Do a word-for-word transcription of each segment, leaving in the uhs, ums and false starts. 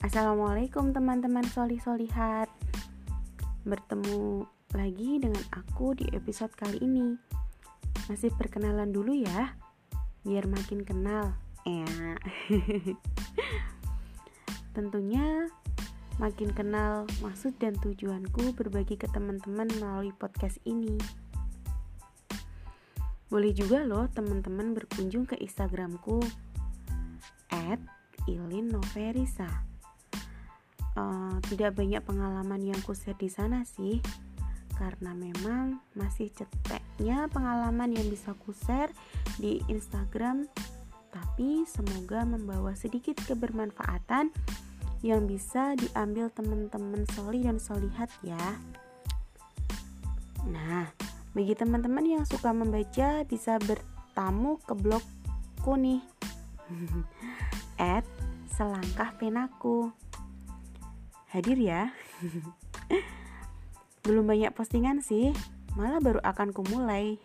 Assalamualaikum teman-teman solih-solihat. Bertemu lagi dengan aku di episode kali ini. Masih perkenalan dulu ya, biar makin kenal. Eh. Tentunya makin kenal maksud dan tujuanku berbagi ke teman-teman melalui podcast ini. Boleh juga loh teman-teman berkunjung ke Instagramku et ilin noverisa. Uh, tidak banyak pengalaman yang ku-share di sana sih, karena memang masih ceteknya pengalaman yang bisa ku-share di Instagram. Tapi semoga membawa sedikit kebermanfaatan yang bisa diambil teman-teman soli dan solihat ya. Nah, bagi teman-teman yang suka membaca bisa bertamu ke blogku nih et selangkah penaku. Hadir ya. Belum banyak postingan sih, malah baru akan kumulai.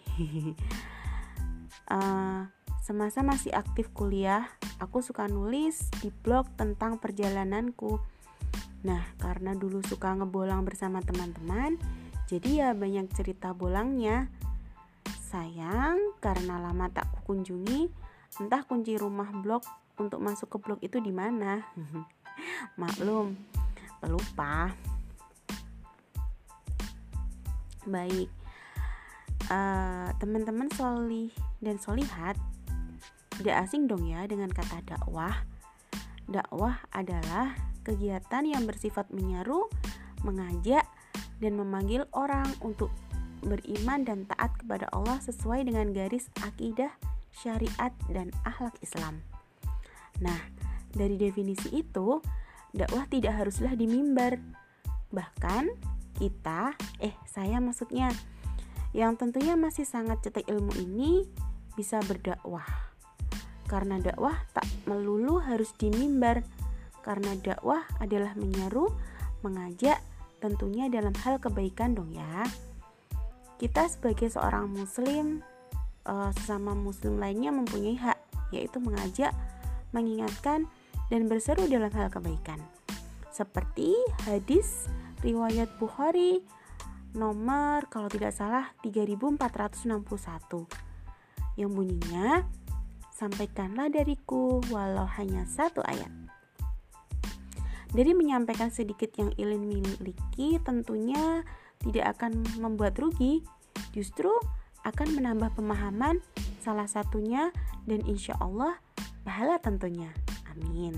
uh, Semasa masih aktif kuliah, aku suka nulis di blog tentang perjalananku. Nah, karena dulu suka ngebolang bersama teman-teman, jadi ya banyak cerita bolangnya. Sayang, karena lama tak kunjungi, entah kunci rumah blog untuk masuk ke blog itu di mana. Maklum, pelupa. Baik, uh, teman-teman solih dan solihat, tidak asing dong ya dengan kata dakwah. Dakwah adalah kegiatan yang bersifat menyeru, mengajak, dan memanggil orang untuk beriman dan taat kepada Allah sesuai dengan garis akidah, syariat, dan akhlak Islam. Nah, dari definisi itu, dakwah tidak haruslah di mimbar. Bahkan kita, eh saya maksudnya, yang tentunya masih sangat cetek ilmu ini bisa berdakwah. Karena dakwah tak melulu harus di mimbar. Karena dakwah adalah menyeru, mengajak, tentunya dalam hal kebaikan dong ya. Kita sebagai seorang muslim, uh, sesama muslim lainnya mempunyai hak, yaitu mengajak, mengingatkan, dan berseru dalam hal kebaikan. Seperti hadis riwayat Bukhari nomor kalau tidak salah tiga ribu empat ratus enam puluh satu yang bunyinya, sampaikanlah dariku walau hanya satu ayat. Dari menyampaikan sedikit yang ilin miliki tentunya tidak akan membuat rugi, justru akan menambah pemahaman, salah satunya, dan insya Allah pahala tentunya. Amin.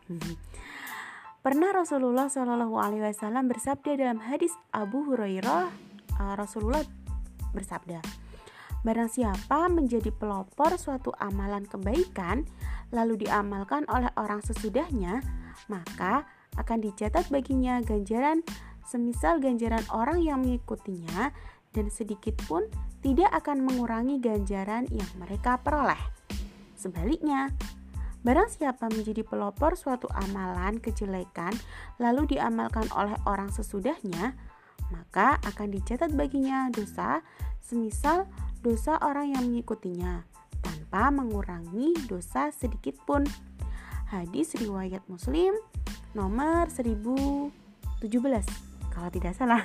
Pernah Rasulullah shallallahu alaihi wasallam bersabda dalam hadis Abu Hurairah, uh, Rasulullah bersabda, barang siapa menjadi pelopor suatu amalan kebaikan lalu diamalkan oleh orang sesudahnya, maka akan dicatat baginya ganjaran semisal ganjaran orang yang mengikutinya, dan sedikit pun tidak akan mengurangi ganjaran yang mereka peroleh. Sebaliknya, barang siapa menjadi pelopor suatu amalan kejelekan lalu diamalkan oleh orang sesudahnya, maka akan dicatat baginya dosa semisal dosa orang yang mengikutinya, tanpa mengurangi dosa sedikit pun. Hadis riwayat Muslim nomor seribu tujuh belas kalau tidak salah.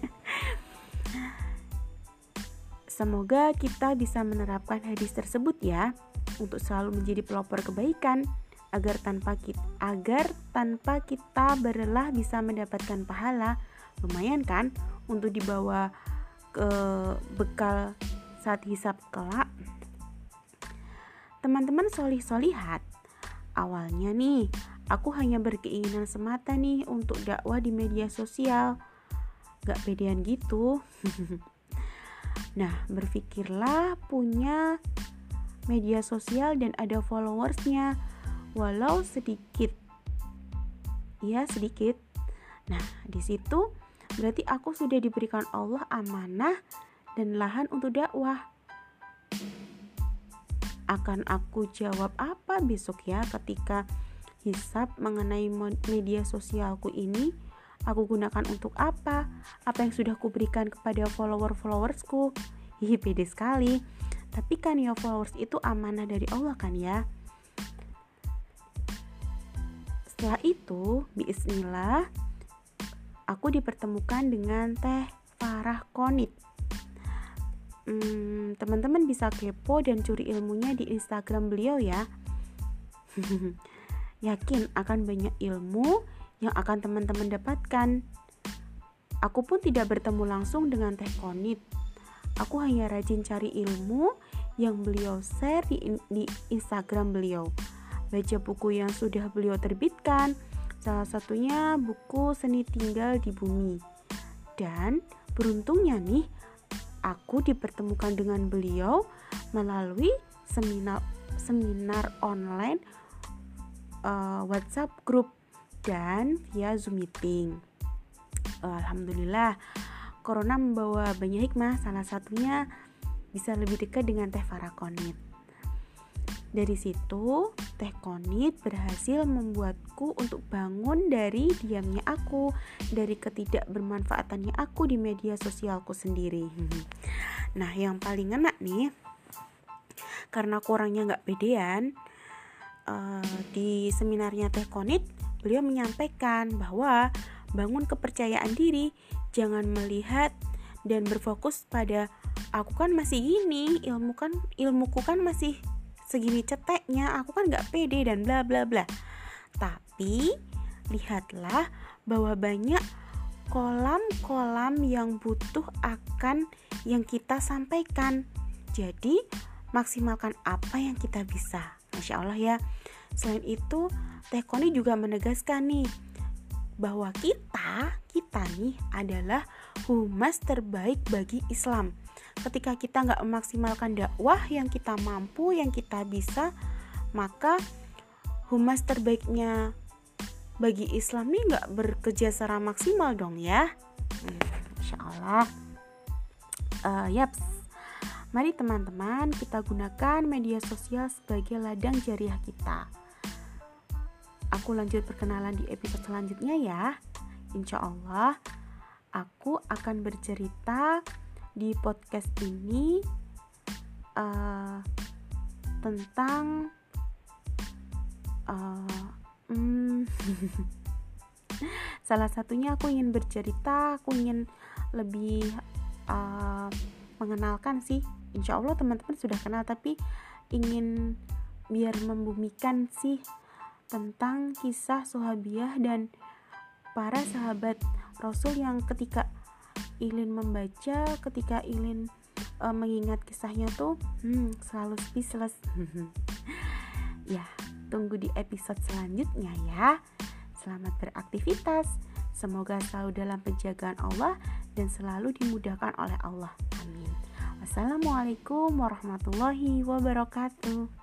Semoga kita bisa menerapkan hadis tersebut ya, untuk selalu menjadi pelopor kebaikan, agar tanpa kita, agar tanpa kita berlelah bisa mendapatkan pahala. Lumayan kan untuk dibawa ke bekal saat hisab kelak. Teman-teman solih solihat, awalnya nih aku hanya berkeinginan semata nih untuk dakwah di media sosial, gak pedean gitu. Nah, berpikirlah punya media sosial dan ada followersnya, walau sedikit. Iya, sedikit. Nah, di situ berarti aku sudah diberikan Allah amanah dan lahan untuk dakwah. Akan aku jawab apa besok ya ketika hisab mengenai media sosialku ini? Aku gunakan untuk apa? Apa yang sudah kuberikan kepada follower-followersku? Hihi, pede sekali. Tapi kan ya followers itu amanah dari Allah kan ya. Setelah itu, biiznillah, aku dipertemukan dengan Teh Farah Konit. Hmm, teman-teman bisa kepo dan curi ilmunya di Instagram beliau ya. Yakin akan banyak ilmu yang akan teman-teman dapatkan. Aku pun tidak bertemu langsung dengan Teh Konit. Aku hanya rajin cari ilmu yang beliau share di, di Instagram beliau. Baca buku yang sudah beliau terbitkan, salah satunya buku Seni Tinggal di Bumi. Dan beruntungnya nih, aku dipertemukan dengan beliau melalui seminar seminar online, uh, WhatsApp group, dan via Zoom meeting. Alhamdulillah, Corona membawa banyak hikmah, salah satunya bisa lebih dekat dengan Teh Farah Konit. Dari situ, Teh Konit berhasil membuatku untuk bangun dari diamnya aku, dari ketidakbermanfaatannya aku di media sosialku sendiri. Nah, yang paling ngena nih, karena aku orangnya gak pedean, uh, di seminarnya Teh Konit, beliau menyampaikan bahwa bangun kepercayaan diri, jangan melihat dan berfokus pada aku kan masih gini, ilmu kan ilmuku kan masih segini ceteknya, aku kan gak pede dan bla bla bla. Tapi lihatlah bahwa banyak kolam-kolam yang butuh akan yang kita sampaikan. Jadi maksimalkan apa yang kita bisa. Masya Allah ya. Selain itu, Teh Konit juga menegaskan nih bahwa kita kita nih adalah humas terbaik bagi Islam. Ketika kita gak memaksimalkan dakwah yang kita mampu, yang kita bisa, maka humas terbaiknya bagi Islam nih gak bekerja secara maksimal dong ya. hmm, Insya Allah. uh, Yaps, mari teman-teman kita gunakan media sosial sebagai ladang jariah kita. Aku lanjut perkenalan di episode selanjutnya ya. Insya Allah aku akan bercerita di podcast ini uh, tentang uh, hmm, salah satunya aku ingin bercerita, aku ingin lebih uh, mengenalkan sih. Insya Allah teman-teman sudah kenal, tapi ingin biar membumikan sih tentang kisah Sahabiah dan para sahabat Rasul yang ketika Ilin membaca, ketika Ilin uh, mengingat kisahnya tuh hmm, selalu speechless. Ya, tunggu di episode selanjutnya ya. Selamat beraktivitas, semoga selalu dalam penjagaan Allah dan selalu dimudahkan oleh Allah. Amin. Wassalamualaikum warahmatullahi wabarakatuh.